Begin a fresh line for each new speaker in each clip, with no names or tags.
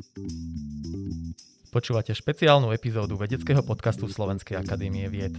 Počúvate špeciálnu epizódu vedeckého podcastu Slovenskej akadémie vied.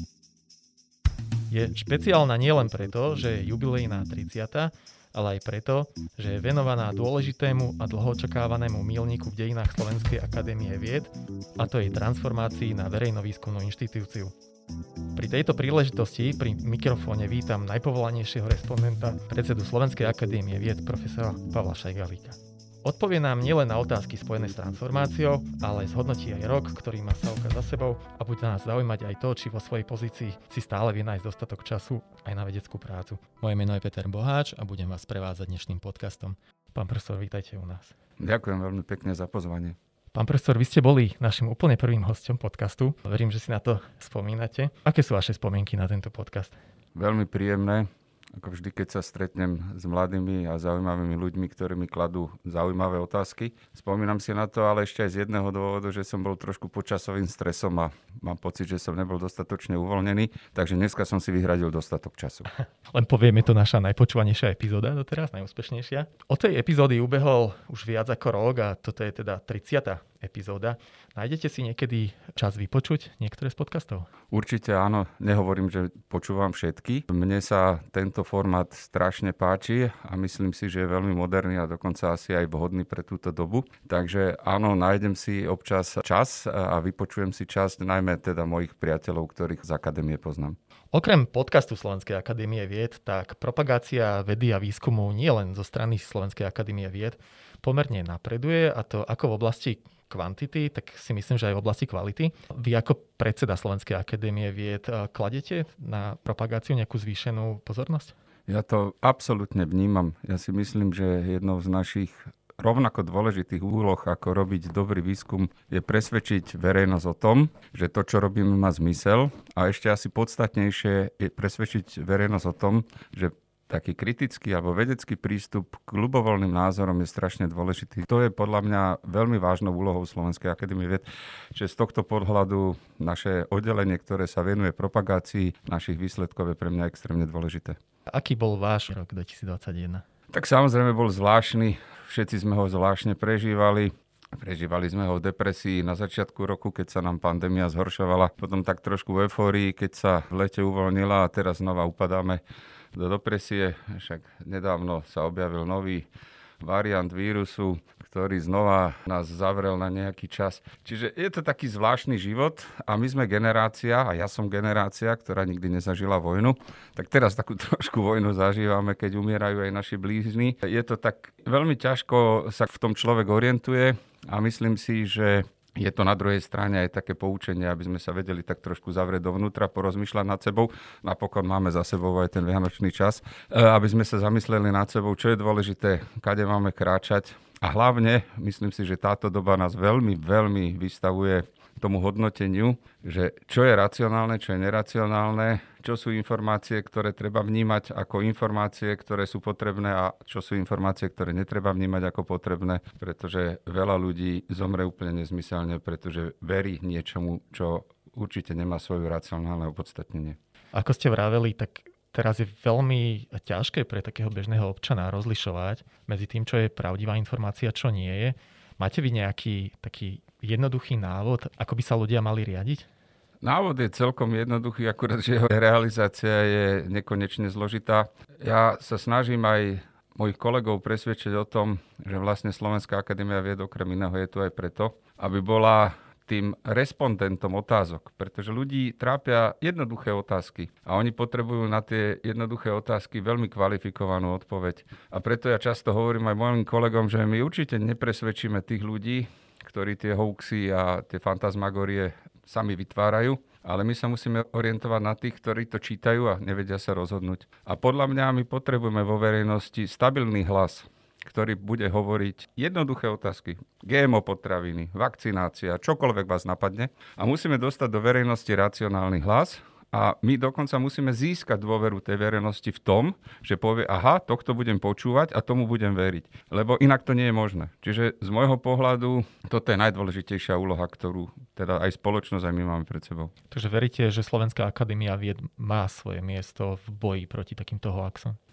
Je špeciálna nielen preto, že je jubilejná 30., ale aj preto, že je venovaná dôležitému a dlho očakávanému míľniku v dejinách Slovenskej akadémie vied, a to jej transformácii na verejnovýskumnú inštitúciu. Pri tejto príležitosti pri mikrofóne vítam najpovolanejšieho respondenta, predsedu Slovenskej akadémie vied, profesora Pavla Šajgalíka. Odpovie nám nielen na otázky spojené s transformáciou, ale zhodnotí aj rok, ktorý má Savka za sebou, a bude nás zaujímať aj to, či vo svojej pozícii si stále vie nájsť dostatok času aj na vedeckú prácu. Moje meno je Peter Boháč a budem vás prevádzať dnešným podcastom. Pán profesor, vítajte u nás.
Ďakujem veľmi pekne za pozvanie.
Pán profesor, vy ste boli našim úplne prvým hosťom podcastu. Verím, že si na to spomínate. Aké sú vaše spomienky na tento podcast?
Veľmi príjemné. Ako vždy, keď sa stretnem s mladými a zaujímavými ľuďmi, ktorí mi kladú zaujímavé otázky. Spomínam si na to, ale ešte aj z jedného dôvodu, že som bol trošku pod časovým stresom a mám pocit, že som nebol dostatočne uvoľnený, takže dneska som si vyhradil dostatok času.
Len povieme, to naša najpočúvanejšia epizóda doteraz, najúspešnejšia. Od tej epizódy ubehol už viac ako rok a toto je teda 30. epizóda. Nájdete si niekedy čas vypočuť niektoré z podcastov?
Určite áno, nehovorím, že počúvam všetky. Mne sa tento formát strašne páči a myslím si, že je veľmi moderný a dokonca asi aj vhodný pre túto dobu. Takže áno, nájdem si občas čas a vypočujem si časť najmä teda mojich priateľov, ktorých z akadémie poznám.
Okrem podcastu Slovenskej akadémie vied, tak propagácia vedy a výskumu nie len zo strany Slovenskej akadémie vied pomerne napreduje, a to ako v oblasti kvantity, tak si myslím, že aj v oblasti kvality. Vy ako predseda Slovenskej akadémie vied kladete na propagáciu nejakú zvýšenú pozornosť?
Ja to absolútne vnímam. Ja si myslím, že jednou z našich rovnako dôležitých úloh, ako robiť dobrý výskum, je presvedčiť verejnosť o tom, že to, čo robíme, má zmysel. A ešte asi podstatnejšie je presvedčiť verejnosť o tom, že taký kritický alebo vedecký prístup k ľubovoľným názorom je strašne dôležitý. To je podľa mňa veľmi vážnou úlohou Slovenskej akadémie vied, že z tohto pohľadu naše oddelenie, ktoré sa venuje propagácii našich výsledkov, je pre mňa extrémne dôležité.
Aký bol váš rok 2021?
Tak samozrejme bol zvláštny. Všetci sme ho zvláštne prežívali. Prežívali sme ho v depresii na začiatku roku, keď sa nám pandémia zhoršovala. Potom tak trošku v eufórii, keď sa v lete uvoľnila, a teraz znova upadáme do depresie. Však nedávno sa objavil nový variant vírusu, ktorý znova nás zavrel na nejaký čas. Čiže je to taký zvláštny život a my sme generácia, a ja som generácia, ktorá nikdy nezažila vojnu, tak teraz takú trošku vojnu zažívame, keď umierajú aj naši blížni. Je to tak veľmi ťažko sa v tom človek orientuje a myslím si, že je to na druhej strane aj také poučenie, aby sme sa vedeli tak trošku zavrieť dovnútra, porozmýšľať nad sebou. Napokon máme za sebou aj ten vianočný čas, aby sme sa zamysleli nad sebou, čo je dôležité, kade máme kráčať. A hlavne, myslím si, že táto doba nás veľmi, veľmi vystavuje tomu hodnoteniu, že čo je racionálne, čo je neracionálne, čo sú informácie, ktoré treba vnímať ako informácie, ktoré sú potrebné, a čo sú informácie, ktoré netreba vnímať ako potrebné, pretože veľa ľudí zomre úplne nezmyselne, pretože verí niečomu, čo určite nemá svoje racionálne opodstatnenie.
Ako ste vraveli, tak teraz je veľmi ťažké pre takého bežného občana rozlišovať medzi tým, čo je pravdivá informácia, čo nie je. Máte vy nejaký taký jednoduchý návod, ako by sa ľudia mali riadiť?
Návod je celkom jednoduchý, akurát, že jeho realizácia je nekonečne zložitá. Ja sa snažím aj mojich kolegov presvedčiť o tom, že vlastne Slovenská akadémia vied okrem iného je tu aj preto, aby bola tým respondentom otázok, pretože ľudí trápia jednoduché otázky a oni potrebujú na tie jednoduché otázky veľmi kvalifikovanú odpoveď. A preto ja často hovorím aj mojim kolegom, že my určite nepresvedčíme tých ľudí, ktorí tie hoaxy a tie fantasmagorie sami vytvárajú, ale my sa musíme orientovať na tých, ktorí to čítajú a nevedia sa rozhodnúť. A podľa mňa my potrebujeme vo verejnosti stabilný hlas, ktorý bude hovoriť jednoduché otázky. GMO potraviny, vakcinácia, čokoľvek vás napadne. A musíme dostať do verejnosti racionálny hlas. A my dokonca musíme získať dôveru tej verejnosti v tom, že povie, aha, tohto budem počúvať a tomu budem veriť. Lebo inak to nie je možné. Čiže z môjho pohľadu toto je najdôležitejšia úloha, ktorú teda aj spoločnosť, aj my máme pred sebou.
Takže veríte, že Slovenská akadémia vied má svoje miesto v boji proti takýmto hoaxom?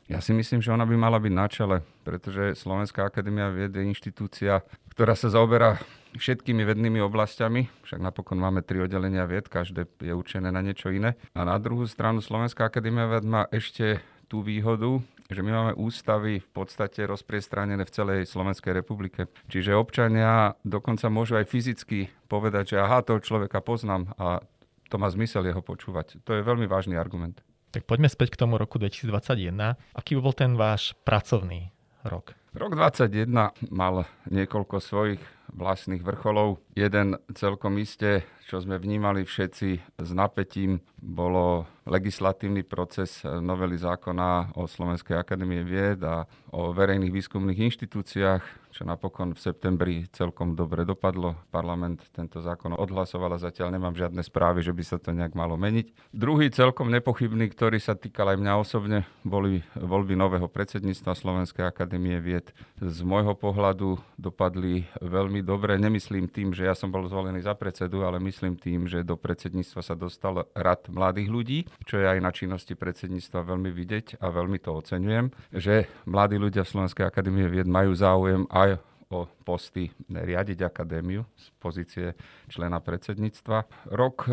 Ja si myslím, že ona by mala byť na čele, pretože Slovenská akadémia vied je inštitúcia, ktorá sa zaoberá všetkými vednými oblastiami. Však napokon máme 3 oddelenia vied, každé je určené na niečo iné. A na druhú stranu Slovenská akadémia vied má ešte tú výhodu, že my máme ústavy v podstate rozpriestranené v celej Slovenskej republike. Čiže občania dokonca môžu aj fyzicky povedať, že aha, toho človeka poznám a to má zmysel jeho počúvať. To je veľmi vážny argument.
Tak poďme späť k tomu roku 2021. Aký bol ten váš pracovný rok?
Rok 2021 mal niekoľko svojich vlastných vrcholov. Jeden celkom iste, čo sme vnímali všetci s napätím, bolo legislatívny proces novely zákona o Slovenskej akadémii vied a o verejných výskumných inštitúciách, čo napokon v septembri celkom dobre dopadlo. Parlament tento zákon odhlasoval a zatiaľ nemám žiadne správy, že by sa to nejak malo meniť. Druhý celkom nepochybný, ktorý sa týkal aj mňa osobne, boli voľby nového predsedníctva Slovenskej akadémie vied. Z môjho pohľadu dopadli veľmi dobre. Nemyslím tým, že ja som bol zvolený za predsedu, ale myslím tým, že do predsedníctva sa dostal rad mladých ľudí, čo je aj na činnosti predsedníctva veľmi vidieť a veľmi to oceňujem, že mladí ľudia v Slovenskej akadémie vied majú záujem aj o posty riadiť akadémiu z pozície člena predsedníctva. Rok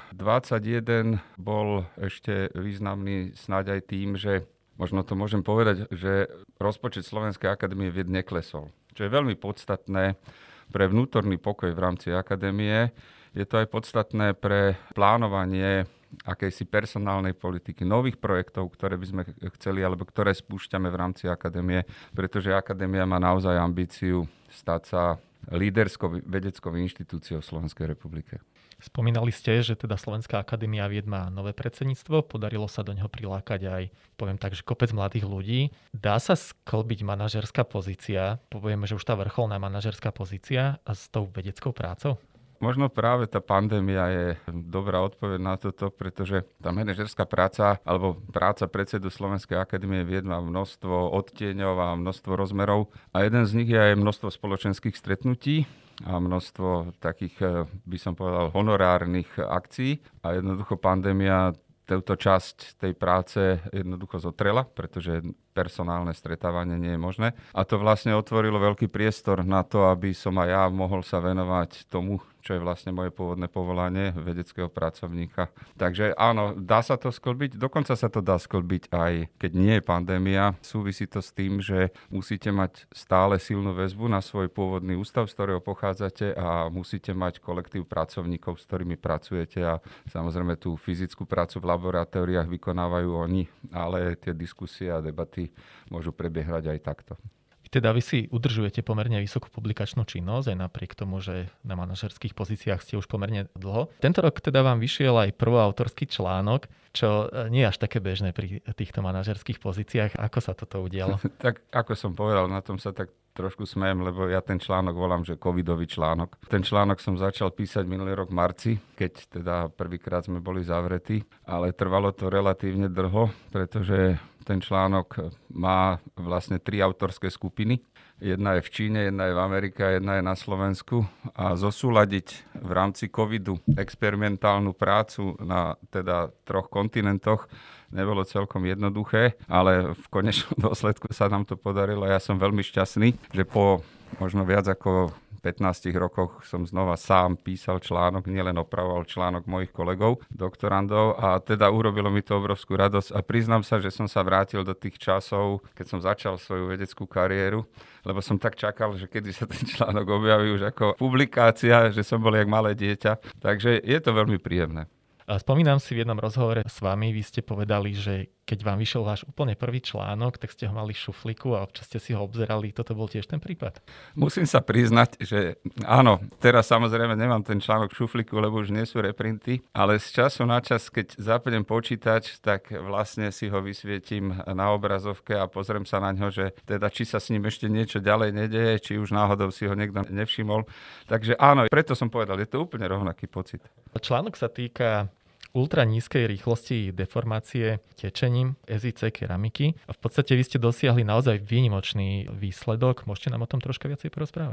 2021 bol ešte významný snáď aj tým, že možno to môžem povedať, že rozpočet Slovenskej akadémie vied neklesol, čo je veľmi podstatné pre vnútorný pokoj v rámci akadémie. Je to aj podstatné pre plánovanie akejsi personálnej politiky, nových projektov, ktoré by sme chceli alebo ktoré spúšťame v rámci akadémie, pretože akadémia má naozaj ambíciu stať sa líderskou vedeckou inštitúciou v Slovenskej republike.
Spomínali ste, že teda Slovenská akadémia vied má nové predsedníctvo, podarilo sa do neho prilákať aj, poviem tak, že kopec mladých ľudí. Dá sa sklbiť manažerská pozícia, povieme, že už tá vrcholná manažerská pozícia a s tou vedeckou prácou?
Možno práve tá pandémia je dobrá odpoveď na toto, pretože tá manažerská práca alebo práca predsedu Slovenskej akadémie vied má množstvo odtieňov a množstvo rozmerov a jeden z nich je aj množstvo spoločenských stretnutí a množstvo takých, by som povedal, honorárnych akcií a jednoducho pandémia túto časť tej práce jednoducho zotrela, pretože personálne stretávanie nie je možné. A to vlastne otvorilo veľký priestor na to, aby som aj ja mohol sa venovať tomu, čo je vlastne moje pôvodné povolanie vedeckého pracovníka. Takže áno, dá sa to sklbiť, dokonca sa to dá sklbiť aj keď nie je pandémia. Súvisí to s tým, že musíte mať stále silnú väzbu na svoj pôvodný ústav, z ktorého pochádzate a musíte mať kolektív pracovníkov, s ktorými pracujete a samozrejme tú fyzickú prácu v laboratóriách vykonávajú oni, ale tie diskusie a debaty môžu prebiehať aj takto.
Teda vy si udržujete pomerne vysokú publikačnú činnosť, aj napriek tomu, že na manažerských pozíciách ste už pomerne dlho. Tento rok teda vám vyšiel aj prvoautorský článok, čo nie je až také bežné pri týchto manažerských pozíciách. Ako sa toto udialo?
Tak ako som povedal, na tom sa tak trošku smejem, lebo ja ten článok volám, že covidový článok. Ten článok som začal písať minulý rok v marci, keď teda prvýkrát sme boli zavretí, ale trvalo to relatívne dlho, pretože ten článok má vlastne 3 autorské skupiny. Jedna je v Číne, jedna je v Amerike a jedna je na Slovensku. A zosúladiť v rámci covidu experimentálnu prácu na teda 3 kontinentoch nebolo celkom jednoduché, ale v konečnom dôsledku sa nám to podarilo. Ja som veľmi šťastný, že po možno viac ako 15 rokoch som znova sám písal článok, nielen opravoval článok mojich kolegov, doktorandov a teda urobilo mi to obrovskú radosť a priznám sa, že som sa vrátil do tých časov, keď som začal svoju vedeckú kariéru, lebo som tak čakal, že kedy sa ten článok objaví už ako publikácia, že som bol jak malé dieťa, takže je to veľmi príjemné.
Spomínam si v jednom rozhovore s vami, vy ste povedali, že keď vám vyšiel váš úplne prvý článok, tak ste ho mali v šuflíku a občas ste si ho obzerali. Toto bol tiež ten prípad?
Musím sa priznať, že áno, teraz samozrejme nemám ten článok v šuflíku, lebo už nie sú reprinty, ale z času na čas, keď zapnem počítač, tak vlastne si ho vysvietim na obrazovke a pozriem sa na ňo, že teda či sa s ním ešte niečo ďalej nedeje, či už náhodou si ho niekto nevšimol. Takže áno, preto som povedal, je to úplne rovnaký pocit.
Článok sa týka ultra nízkej rýchlosti deformácie tečením SiC keramiky. A v podstate vy ste dosiahli naozaj výnimočný výsledok. Môžete nám o tom troška viacej porozprávať?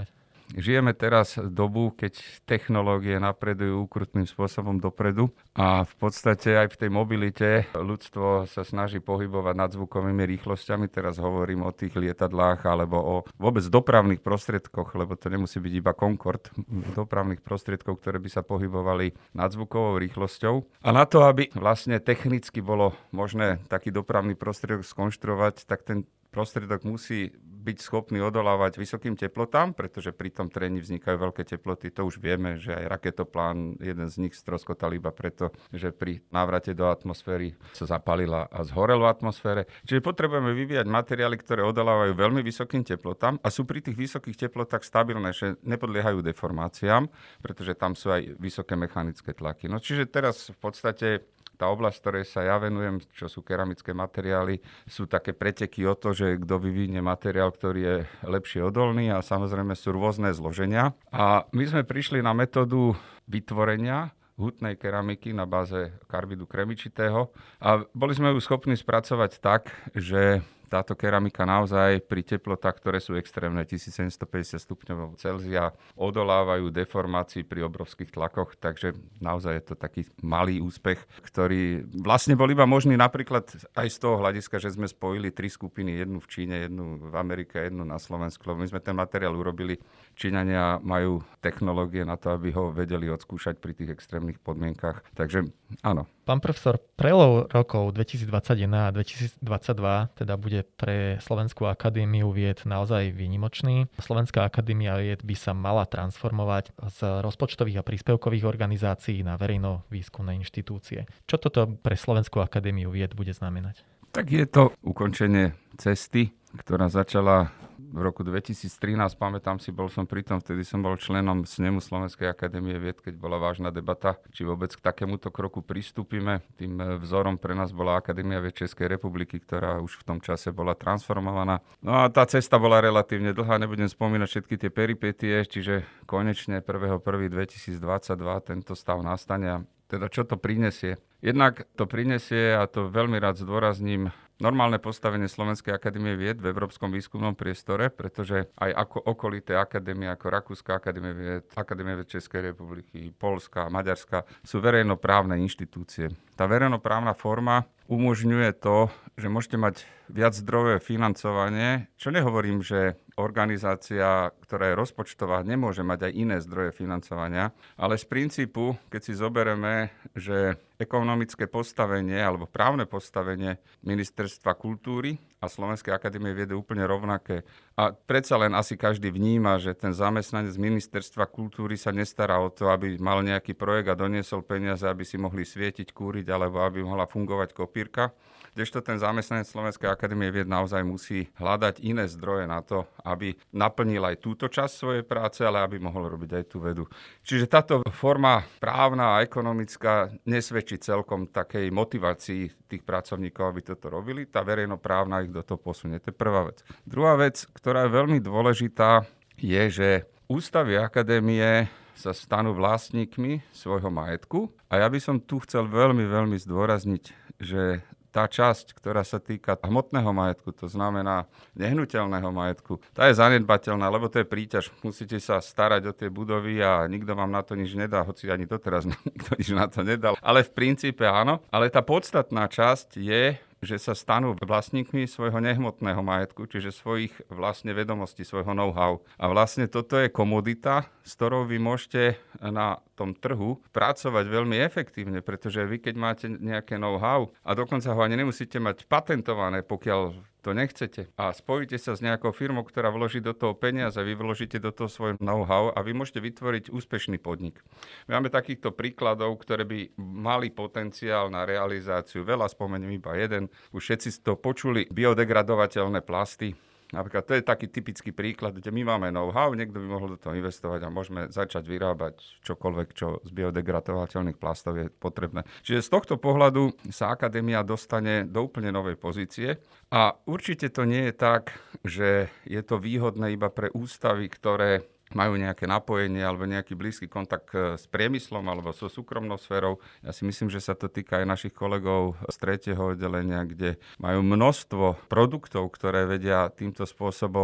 žijeme teraz dobu, keď technológie napredujú úkrutným spôsobom dopredu a v podstate aj v tej mobilite ľudstvo sa snaží pohybovať nadzvukovými rýchlosťami. Teraz hovorím o tých lietadlách alebo o vôbec dopravných prostriedkoch, lebo to nemusí byť iba Concorde, dopravných prostriedkov, ktoré by sa pohybovali nadzvukovou rýchlosťou. A na to, aby vlastne technicky bolo možné taký dopravný prostriedok skonštruovať, tak ten prostriedok musí byť schopný odolávať vysokým teplotám, pretože pri tom trení vznikajú veľké teploty. To už vieme, že aj raketoplán, jeden z nich stroskotal iba preto, že pri návrate do atmosféry sa zapálila a zhorel v atmosfére. Čiže potrebujeme vyvíjať materiály, ktoré odolávajú veľmi vysokým teplotám a sú pri tých vysokých teplotách stabilné, že nepodliehajú deformáciám, pretože tam sú aj vysoké mechanické tlaky. No čiže teraz v podstate tá oblasť, ktorej sa ja venujem, čo sú keramické materiály, sú také preteky o to, že kto vyvinie materiál, ktorý je lepšie odolný a samozrejme sú rôzne zloženia. A my sme prišli na metódu vytvorenia hutnej keramiky na báze karbidu kremičitého a boli sme ju schopní spracovať tak, že táto keramika naozaj pri teplotách, ktoré sú extrémne, 1750 stupňov Celzia, odolávajú deformácii pri obrovských tlakoch, takže naozaj je to taký malý úspech, ktorý vlastne bol iba možný napríklad aj z toho hľadiska, že sme spojili 3 skupiny, jednu v Číne, jednu v Amerike, jednu na Slovensku, lebo my sme ten materiál urobili. Číňania majú technológie na to, aby ho vedeli odskúšať pri tých extrémnych podmienkach, takže áno.
Pán profesor, prelov rokov 2021 a 2022 teda bude pre Slovenskú akadémiu vied naozaj výnimočný. Slovenská akadémia vied by sa mala transformovať z rozpočtových a príspevkových organizácií na verejno-výskumné inštitúcie. Čo toto pre Slovenskú akadémiu vied bude znamenať?
Tak je to ukončenie cesty, ktorá začala v roku 2013, pamätám si, bol som pri tom, vtedy som bol členom snemu Slovenskej akadémie vied, keď bola vážna debata, či vôbec k takémuto kroku pristúpime. Tým vzorom pre nás bola Akadémia vied Českej republiky, ktorá už v tom čase bola transformovaná. No a tá cesta bola relatívne dlhá, nebudem spomínať všetky tie peripetie, čiže konečne 1.1.2022 tento stav nastane a teda čo to prinesie? Jednak to prinesie, a to veľmi rád zdôrazním, normálne postavenie Slovenskej akadémie vied v európskom výskumnom priestore, pretože aj ako okolité akadémie, ako Rakúska akadémia vied Českej republiky, Poľska, Maďarska, sú verejnoprávne inštitúcie. Tá verejnoprávna forma umožňuje to, že môžete mať viac zdrojové financovanie, čo nehovorím, že organizácia, ktorá je rozpočtová, nemôže mať aj iné zdroje financovania, ale z princípu, keď si zoberieme, že ekonomické postavenie alebo právne postavenie Ministerstva kultúry a Slovenskej akadémie vied je úplne rovnaké. A predsa len asi každý vníma, že ten zamestnanec Ministerstva kultúry sa nestará o to, aby mal nejaký projekt a doniesol peniaze, aby si mohli svietiť, kúriť alebo aby mohla fungovať kopírka. Kdežto ten zamestnanec Slovenskej akadémie vied naozaj musí hľadať iné zdroje na to, aby naplnil aj túto časť svojej práce, ale aby mohol robiť aj tú vedu. Čiže táto forma právna a ekonomická nesvedčí celkom takej motivácii tých pracovníkov, aby toto robili. Tá verejnoprávna ich do toho posunie. To je prvá vec. Druhá vec, ktorá je veľmi dôležitá, je, že ústavy akadémie sa stanú vlastníkmi svojho majetku. A ja by som tu chcel veľmi, veľmi zdôrazniť, že tá časť, ktorá sa týka hmotného majetku, to znamená nehnuteľného majetku, tá je zanedbateľná, lebo to je príťaž. Musíte sa starať o tie budovy a nikto vám na to nič nedá, hoci ani doteraz nikto nič na to nedal. Ale v princípe áno. Ale tá podstatná časť je, že sa stanú vlastníkmi svojho nehmotného majetku, čiže svojich vlastne vedomostí, svojho know-how. A vlastne toto je komodita, s ktorou vy môžete na tom trhu pracovať veľmi efektívne, pretože vy keď máte nejaké know-how a dokonca ho ani nemusíte mať patentované, pokiaľ to nechcete a spojíte sa s nejakou firmou, ktorá vloží do toho peniaze, vy vložíte do toho svoj know-how a vy môžete vytvoriť úspešný podnik. My máme takýchto príkladov, ktoré by mali potenciál na realizáciu. Veľa, spomeniem iba jeden. Už všetci to počuli, biodegradovateľné plasty. Napríklad to je taký typický príklad, kde my máme know-how, niekto by mohol do toho investovať a môžeme začať vyrábať čokoľvek, čo z biodegradovateľných plastov je potrebné. Čiže z tohto pohľadu sa akadémia dostane do úplne novej pozície a určite to nie je tak, že je to výhodné iba pre ústavy, ktoré majú nejaké napojenie alebo nejaký blízky kontakt s priemyslom alebo so súkromnou sférou. Ja si myslím, že sa to týka aj našich kolegov z 3. oddelenia, kde majú množstvo produktov, ktoré vedia týmto spôsobom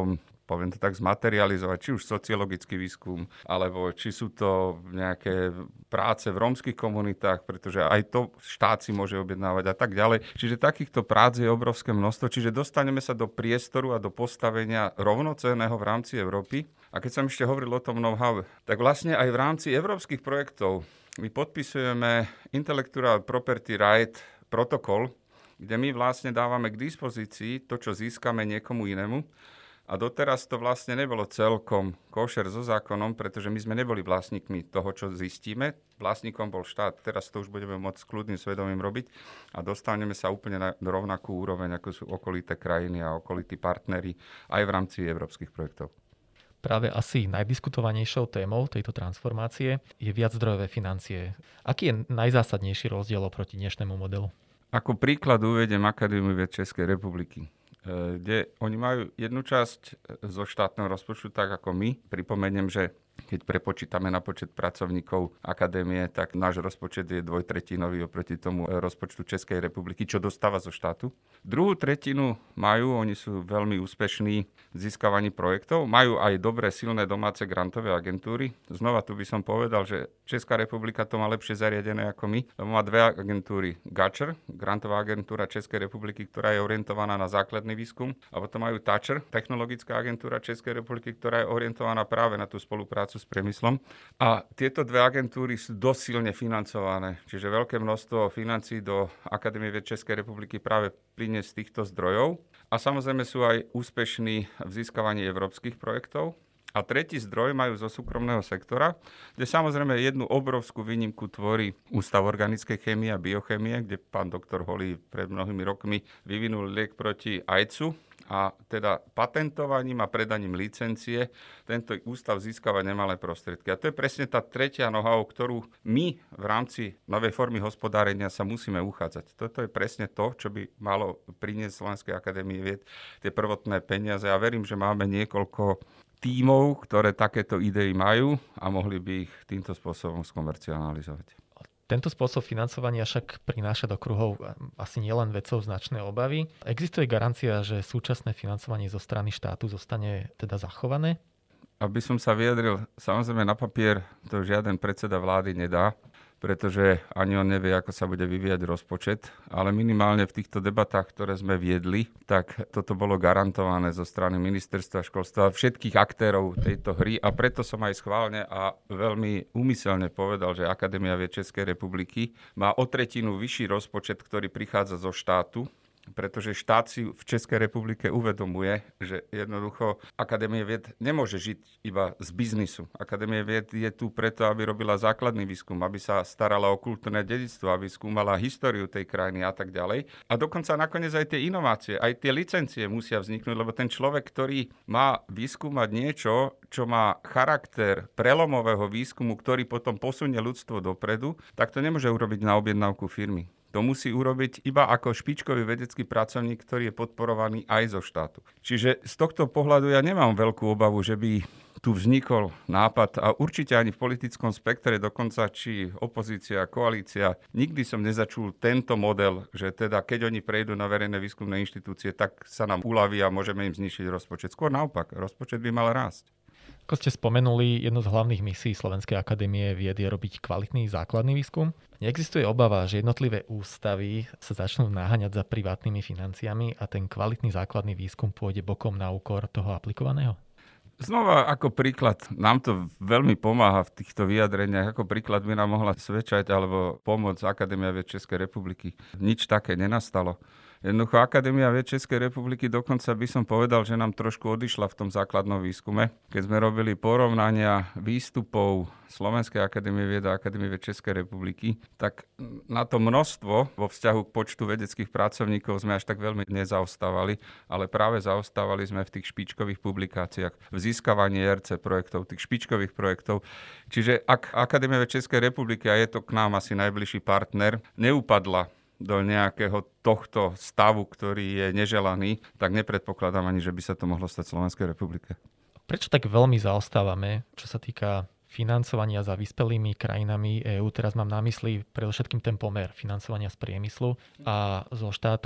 poviem to tak, zmaterializovať, či už sociologický výskum, alebo či sú to nejaké práce v rómskych komunitách, pretože aj to štát si môže objednávať a tak ďalej. Čiže takýchto prác je obrovské množstvo, čiže dostaneme sa do priestoru a do postavenia rovnocenného v rámci Európy. A keď som ešte hovoril o tom know-how, tak vlastne aj v rámci európskych projektov my podpisujeme Intellectual Property Right protokol, kde my vlastne dávame k dispozícii to, čo získame niekomu inému. A doteraz to vlastne nebolo celkom košer so zákonom, pretože my sme neboli vlastníkmi toho, čo zistíme. Vlastníkom bol štát. Teraz to už budeme môcť s kľudným svedomím robiť a dostaneme sa úplne na rovnakú úroveň, ako sú okolité krajiny a okolití partneri aj v rámci európskych projektov.
Práve asi najdiskutovanejšou témou tejto transformácie je viaczdrojové financie. Aký je najzásadnejší rozdiel oproti dnešnému modelu?
Ako príklad uvediem Akadémiu vied Českej republiky, kde oni majú jednu časť zo štátneho rozpočtu, tak ako my. Pripomeniem, že keď prepočítame na počet pracovníkov akadémie, tak náš rozpočet je 2/3 oproti tomu rozpočtu Českej republiky, čo dostáva zo štátu. Druhú tretinu majú, oni sú veľmi úspešní v získavaní projektov, majú aj dobré, silné domáce grantové agentúry. Znova tu by som povedal, že Česká republika to má lepšie zariadené ako my, lebo má dve agentúry. GAČR, grantová agentúra Českej republiky, ktorá je orientovaná na základný výskum, a potom majú TAČR, technologická agentúra Českej republiky, ktorá je orientovaná práve na tú spoluprácu s priemyslom. A tieto dve agentúry sú dosť silne financované. Čiže veľké množstvo financií do Akadémie vied Českej republiky práve plynie z týchto zdrojov. A samozrejme sú aj úspešní v získavaní európskych projektov. A tretí zdroj majú zo súkromného sektora, kde samozrejme jednu obrovskú výnimku tvorí Ústav organickej chémie a biochemie, kde pán doktor Holý pred mnohými rokmi vyvinul liek proti AIDSu. A teda patentovaním a predaním licencie tento ústav získava nemalé prostriedky. A to je presne tá tretia noha, o ktorú my v rámci novej formy hospodárenia sa musíme uchádzať. Toto je presne to, čo by malo priniesť Slovenskej akadémie vied, tie prvotné peniaze. A verím, že máme niekoľko tímov, ktoré takéto idei majú a mohli by ich týmto spôsobom skomercializovať.
Tento spôsob financovania však prináša do kruhov asi nielen vedcov značné obavy. Existuje garancia, že súčasné financovanie zo strany štátu zostane teda zachované?
Aby som sa vyjadril, samozrejme na papier to žiaden predseda vlády nedá, pretože ani on nevie, ako sa bude vyvíjať rozpočet, ale minimálne v týchto debatách, ktoré sme viedli, tak toto bolo garantované zo strany ministerstva školstva a všetkých aktérov tejto hry a preto som aj schválne a veľmi úmyselne povedal, že Akadémia vied Českej republiky má o tretinu vyšší rozpočet, ktorý prichádza zo štátu, pretože štát si v Českej republike uvedomuje, že jednoducho Akadémia vied nemôže žiť iba z biznisu. Akadémia vied je tu preto, aby robila základný výskum, aby sa starala o kultúrne dedičstvo, aby skúmala históriu tej krajiny a tak ďalej. A dokonca nakoniec aj tie inovácie, aj tie licencie musia vzniknúť, lebo ten človek, ktorý má vyskúmať niečo, čo má charakter prelomového výskumu, ktorý potom posunie ľudstvo dopredu, tak to nemôže urobiť na objednávku firmy. To musí urobiť iba ako špičkový vedecký pracovník, ktorý je podporovaný aj zo štátu. Čiže z tohto pohľadu ja nemám veľkú obavu, že by tu vznikol nápad a určite ani v politickom spektre, dokonca či opozícia, koalícia, nikdy som nezačul tento model, že teda keď oni prejdú na verejné výskumné inštitúcie, tak sa nám uľaví a môžeme im znišiť rozpočet. Skôr naopak, rozpočet by mal rásť.
Ako ste spomenuli, jednu z hlavných misií Slovenskej akadémie vied je robiť kvalitný základný výskum. Neexistuje obava, že jednotlivé ústavy sa začnú naháňať za privátnymi financiami a ten kvalitný základný výskum pôjde bokom na úkor toho aplikovaného?
Znova ako príklad, nám to veľmi pomáha v týchto vyjadreniach, ako príklad by nám mohla svedčať alebo pomôcť Akadémia vied Českej republiky. Nič také nenastalo. Jednoducho Akadémia vied Českej republiky dokonca by som povedal, že nám trošku odišla v tom základnom výskume. Keď sme robili porovnania výstupov Slovenskej akadémie vied a Akadémie vied Českej republiky, tak na to množstvo vo vzťahu k počtu vedeckých pracovníkov sme až tak veľmi nezaostávali, ale práve zaostávali sme v tých špičkových publikáciách, v získavaní ERC projektov, tých špičkových projektov. Čiže ak Akadémia vied Českej republiky, a je to k nám asi najbližší partner, neupadla do nejakého tohto stavu, ktorý je neželaný, tak nepredpokladám ani, že by sa to mohlo stať Slovenskej republike.
Prečo tak veľmi zaostávame, čo sa týka financovania za vyspelými krajinami EÚ? Teraz mám na mysli predovšetkým ten pomer financovania z priemyslu a zo štátu.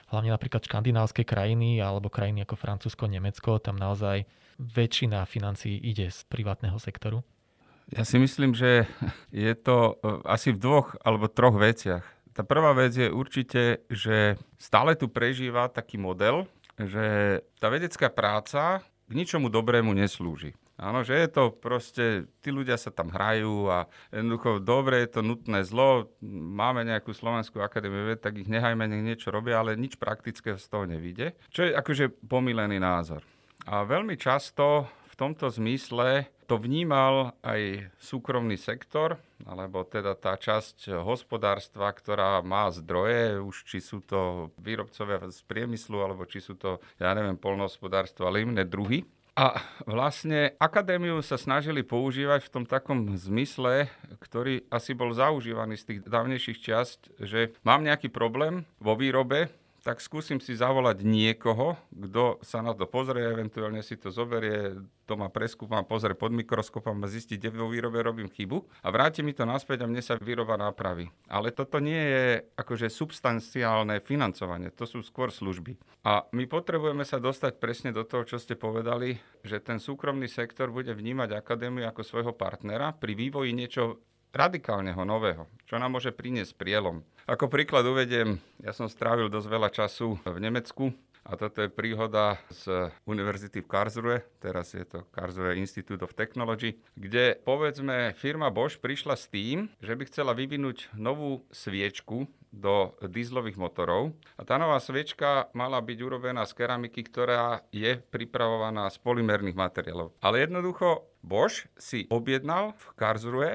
hlavne napríklad škandinávske krajiny alebo krajiny ako Francúzsko, Nemecko, tam naozaj väčšina financií ide z privátneho sektoru?
Ja si myslím, že je to asi v dvoch alebo troch veciach. Tá prvá vec je určite, že stále tu prežíva taký model, že tá vedecká práca k ničomu dobrému neslúži. Áno, že je to proste, tí ľudia sa tam hrajú a jednoducho dobre je to nutné zlo, máme nejakú Slovenskú akadémiu vied, tak ich nechajme, nech niečo robia, ale nič praktické z toho nevyjde. Čo je akože pomýlený názor. A veľmi často v tomto zmysle to vnímal aj súkromný sektor, alebo teda tá časť hospodárstva, ktorá má zdroje, už či sú to výrobcovia z priemyslu, alebo či sú to, ja neviem, poľnohospodárstvo, ale iné druhy. A vlastne akadémiu sa snažili používať v tom takom zmysle, ktorý asi bol zaužívaný z tých dávnejších čiast, že mám nejaký problém vo výrobe, tak skúsim si zavolať niekoho, kto sa na to pozrie, eventuálne si to zoberie, doma preskúpam, pozrie pod mikroskopom a zistí, kde vo výrobe robím chybu a vráti mi to naspäť a mne sa výroba napraví. Ale toto nie je akože substanciálne financovanie, to sú skôr služby. A my potrebujeme sa dostať presne do toho, čo ste povedali, že ten súkromný sektor bude vnímať akadémiu ako svojho partnera pri vývoji niečo radikálneho nového, čo nám môže priniesť prielom. Ako príklad uvediem, ja som strávil dosť veľa času v Nemecku a toto je príhoda z univerzity v Karlsruhe, teraz je to Karlsruhe Institute of Technology, kde povedzme firma Bosch prišla s tým, že by chcela vyvinúť novú sviečku do dieselových motorov a tá nová sviečka mala byť urobená z keramiky, ktorá je pripravovaná z polymerných materiálov. Ale jednoducho Bosch si objednal v Karlsruhe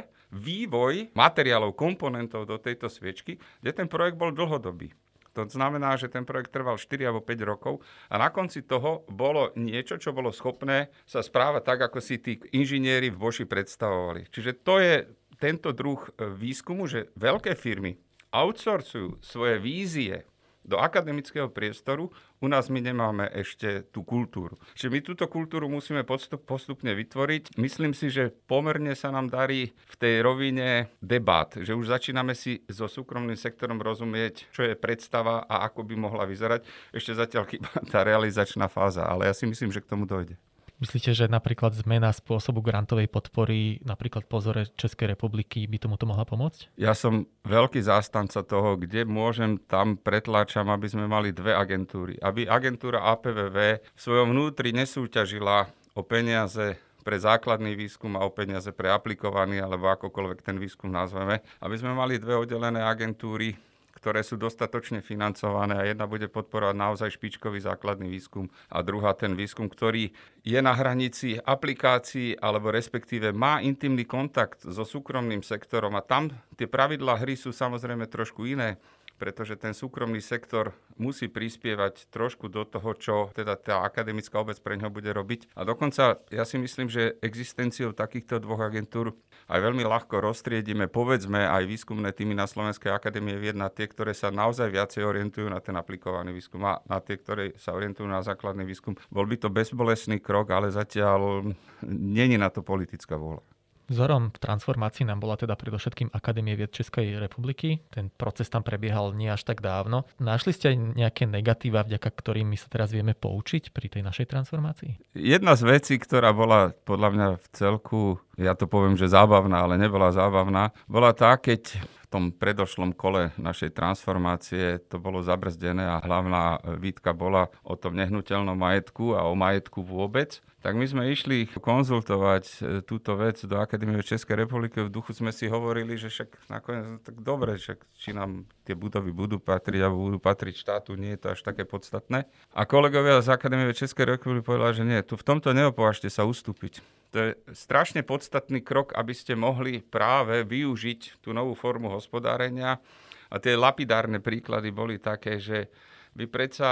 vývoj materiálov, komponentov do tejto sviečky, kde ten projekt bol dlhodobý. To znamená, že ten projekt trval 4 alebo 5 rokov a na konci toho bolo niečo, čo bolo schopné sa správať tak, ako si tí inžinieri v Boschi predstavovali. Čiže to je tento druh výskumu, že veľké firmy outsourcujú svoje vízie do akademického priestoru, u nás my nemáme ešte tú kultúru. Čiže my túto kultúru musíme postupne vytvoriť. Myslím si, že pomerne sa nám darí v tej rovine debát, že už začíname si so súkromným sektorom rozumieť, čo je predstava a ako by mohla vyzerať. Ešte zatiaľ chýba tá realizačná fáza, ale ja si myslím, že k tomu dojde.
Myslíte, že napríklad zmena spôsobu grantovej podpory, napríklad po vzore Českej republiky, by tomuto mohla pomôcť?
Ja som veľký zástanca toho, kde môžem, tam pretláčam, aby sme mali dve agentúry. Aby agentúra APVV v svojom vnútri nesúťažila o peniaze pre základný výskum a o peniaze pre aplikovaný, alebo akokoľvek ten výskum nazveme. Aby sme mali dve oddelené agentúry, ktoré sú dostatočne financované a jedna bude podporovať naozaj špičkový základný výskum a druhá ten výskum, ktorý je na hranici aplikácií alebo respektíve má intimný kontakt so súkromným sektorom a tam tie pravidlá hry sú samozrejme trošku iné, pretože ten súkromný sektor musí prispievať trošku do toho, čo teda tá akademická obec pre ňo bude robiť. A dokonca ja si myslím, že existenciou takýchto dvoch agentúr aj veľmi ľahko roztriedime, povedzme, aj výskumné týmy na Slovenskej akadémie vied na tie, ktoré sa naozaj viacej orientujú na ten aplikovaný výskum a na tie, ktoré sa orientujú na základný výskum. Bol by to bezbolestný krok, ale zatiaľ není na to politická vôľa.
Vzorom transformácií nám bola teda predovšetkým Akadémie vied Českej republiky. Ten proces tam prebiehal nie až tak dávno. Našli ste aj nejaké negatíva, vďaka ktorým my sa teraz vieme poučiť pri tej našej transformácii? Jedna
z vecí, ktorá bola podľa mňa v celku, ja to poviem, že zábavná, ale nebola zábavná, bola tá, keď v tom predošlom kole našej transformácie to bolo zabrzdené a hlavná výtka bola o tom nehnuteľnom majetku a o majetku vôbec. Tak my sme išli konzultovať túto vec do Akadémie Českej republiky. V duchu sme si hovorili, že však nakoniec tak dobre, však či nám tie budovy budú patriť alebo budú patriť štátu, nie je to až také podstatné. A kolegovia z Akadémie Českej republiky povedali, že nie, tu v tomto neopovažte sa ustúpiť. To je strašne podstatný krok, aby ste mohli práve využiť tú novú formu hospodárenia. A tie lapidárne príklady boli také, že vy predsa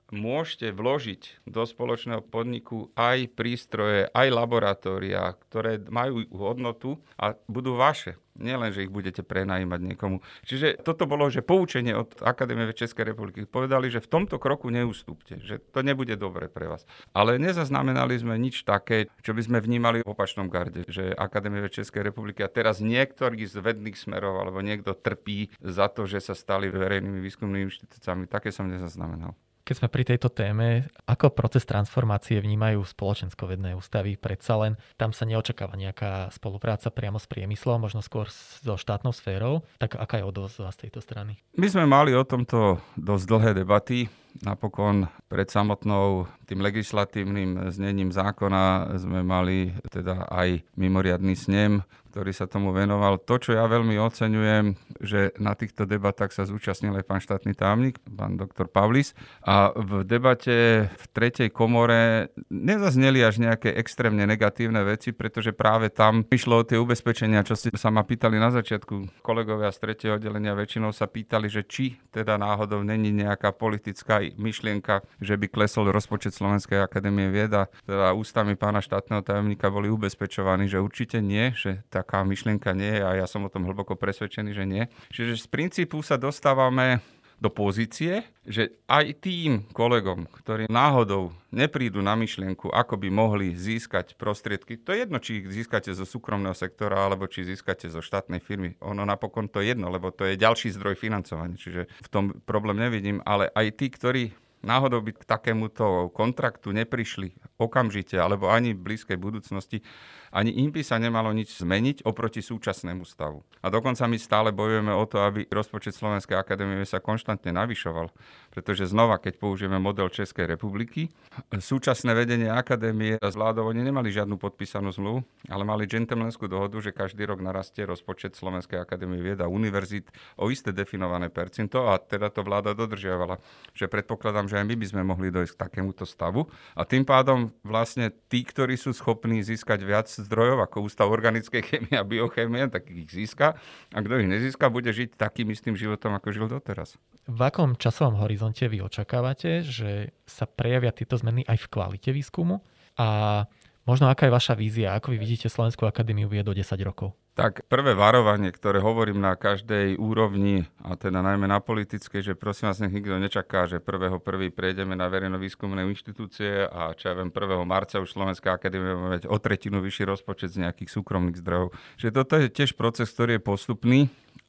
môžete vložiť do spoločného podniku aj prístroje, aj laboratória, ktoré majú hodnotu a budú vaše. Nielen, že ich budete prenajímať niekomu. Čiže toto bolo, že poučenie od Akadémie Českej republiky. Povedali, že v tomto kroku neústupte, že to nebude dobre pre vás. Ale nezaznamenali sme nič také, čo by sme vnímali v opačnom garde, že Akadémie Českej republiky a teraz niektorý z vedných smerov alebo niekto trpí za to, že sa stali verejnými výskumnými inštitúciami. Také som nezaznamenal.
Keď sme pri tejto téme, ako proces transformácie vnímajú spoločenskovedné ústavy? Predsa len tam sa neočakáva nejaká spolupráca priamo s priemyslom, možno skôr so štátnou sférou. Tak aká je odozva z tejto strany?
My sme mali o tomto dosť dlhé debaty. Napokon pred samotnou tým legislatívnym znením zákona sme mali teda aj mimoriadny snem, ktorý sa tomu venoval. To, čo ja veľmi oceňujem, že na týchto debatách sa zúčastnil aj pán štátny tajomník, pán doktor Pavlis. A v debate v tretej komore nezazneli až nejaké extrémne negatívne veci, pretože práve tam išlo o tie ubezpečenia, čo ste sa ma pýtali na začiatku. Kolegovia z tretieho oddelenia väčšinou sa pýtali, že či teda náhodou není nejaká politická myšlienka, že by klesol rozpočet Slovenskej akadémie vied a teda ústami pána štátneho tajomníka boli ubezpečovaní, že určite nie, že taká myšlienka nie je a ja som o tom hlboko presvedčený, že nie. Čiže z princípu sa dostávame do pozície, že aj tým kolegom, ktorí náhodou neprídu na myšlienku, ako by mohli získať prostriedky, to je jedno, či ich získate zo súkromného sektora, alebo či získate zo štátnej firmy. Ono napokon to je jedno, lebo to je ďalší zdroj financovania, čiže v tom problém nevidím, ale aj tí, ktorí náhodou by k takémuto kontraktu neprišli okamžite, alebo ani v blízkej budúcnosti, ani im by sa nemalo nič zmeniť oproti súčasnému stavu. A dokonca my stále bojujeme o to, aby rozpočet Slovenskej akadémie sa konštantne navyšoval. Pretože znova, keď použijeme model Českej republiky, súčasné vedenie akadémie s vládou oni nemali žiadnu podpísanú zmluvu, ale mali gentlemanskú dohodu, že každý rok narastie rozpočet Slovenskej akadémie vied a univerzít o isté definované percento a teda to vláda dodržiavala. Že predpokladám, že aj my by sme mohli dojsť k takémuto stavu a tým pádom vlastne tí, ktorí sú schopní získať viac zdrojov ako Ústav organickej chémie a biochémie, tak ich získa a kto ich nezíska, bude žiť takým istým životom, ako žil doteraz.
V akom časovom horizonte vy očakávate, že sa prejavia tieto zmeny aj v kvalite výskumu? A možno aká je vaša vízia? Ako vy vidíte Slovenskú akadémiu vied do 10 rokov?
Tak prvé varovanie, ktoré hovorím na každej úrovni, a teda najmä na politickej, že prosím vás, nech nikto nečaká, že 1.1. prejdeme na verejno-výskumné inštitúcie a čo ja viem, 1. marca už Slovenská akadémia bude mať o tretinu vyšší rozpočet z nejakých súkromných zdrojov. Čiže toto je tiež proces, ktorý je postupný.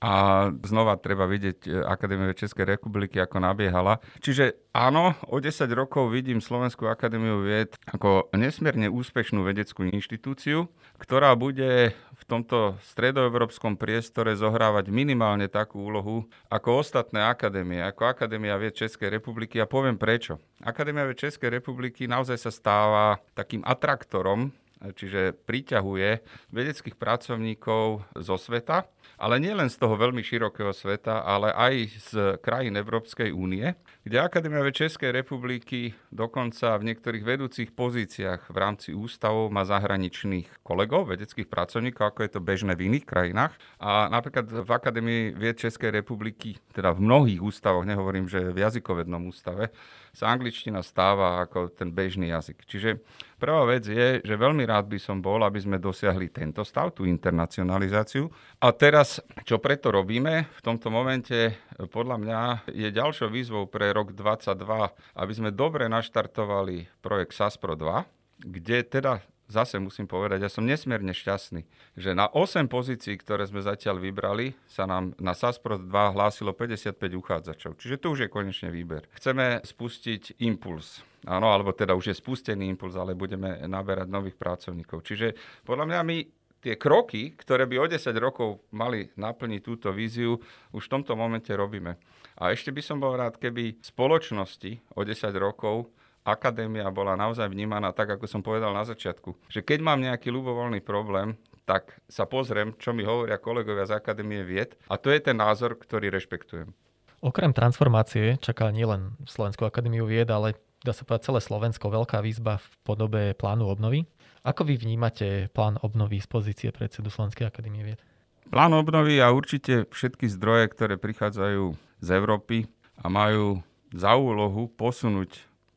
A znova treba vidieť Akadémiu Českej republiky, ako nabiehala. Čiže áno, o 10 rokov vidím Slovenskú akadémiu vied ako nesmierne úspešnú vedeckú inštitúciu, ktorá bude v tomto stredoeurópskom priestore zohrávať minimálne takú úlohu ako ostatné akadémie, ako Akadémia vied Českej republiky. A poviem prečo. Akadémia vied Českej republiky naozaj sa stáva takým atraktorom, čiže priťahuje vedeckých pracovníkov zo sveta, ale nie len z toho veľmi širokého sveta, ale aj z krajín Európskej únie, kde Akadémia vied Českej republiky dokonca v niektorých vedúcich pozíciách v rámci ústavov má zahraničných kolegov, vedeckých pracovníkov, ako je to bežné v iných krajinách. A napríklad v Akadémii vied Českej republiky, teda v mnohých ústavoch, nehovorím, že v jazykovednom ústave, sa angličtina stáva ako ten bežný jazyk. Čiže prvá vec je, že veľmi rád by som bol, aby sme dosiahli tento stav, tú internacionalizáciu. A teraz, čo preto robíme? V tomto momente podľa mňa je ďalšou výzvou pre rok 2022, aby sme dobre naštartovali projekt SASPRO 2, kde teda zase musím povedať, ja som nesmierne šťastný, že na 8 pozícií, ktoré sme zatiaľ vybrali, sa nám na SASPRO 2 hlásilo 55 uchádzačov. Čiže tu už je konečne výber. Chceme spustiť Impuls. Áno, alebo teda už je spustený Impuls, ale budeme naberať nových pracovníkov. Čiže podľa mňa my tie kroky, ktoré by o 10 rokov mali naplniť túto víziu, už v tomto momente robíme. A ešte by som bol rád, keby spoločnosti o 10 rokov akadémia bola naozaj vnímaná tak, ako som povedal na začiatku. Že keď mám nejaký ľubovoľný problém, tak sa pozriem, čo mi hovoria kolegovia z Akadémie vied a to je ten názor, ktorý rešpektujem.
Okrem transformácie čaká nielen Slovenskú akadémiu vied, ale dá sa povedať celé Slovensko veľká výzva v podobe plánu obnovy. Ako vy vnímate plán obnovy z pozície predsedu Slovenskej akadémie vied?
Plán obnovy a určite všetky zdroje, ktoré prichádzajú z Európy a majú za úlohu posunúť